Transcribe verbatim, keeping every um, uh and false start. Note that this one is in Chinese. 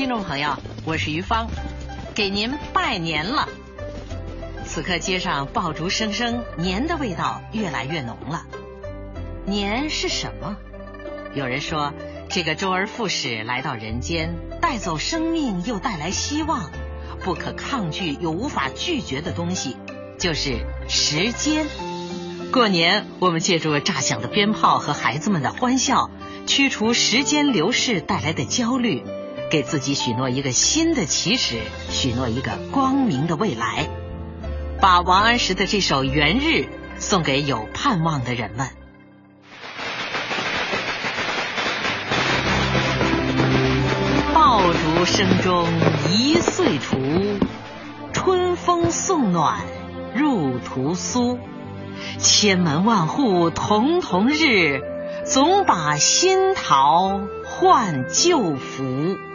听众朋友，我是于芳，给您拜年了。此刻街上爆竹声声，年的味道越来越浓了。年是什么？有人说，这个周而复始来到人间，带走生命又带来希望，不可抗拒又无法拒绝的东西，就是时间。过年，我们借助炸响的鞭炮和孩子们的欢笑，驱除时间流逝带来的焦虑，给自己许诺一个新的起始，许诺一个光明的未来。把王安石的这首《元日》送给有盼望的人们。爆竹声中一岁除，春风送暖入屠苏。千门万户曈曈日，总把新桃换旧符。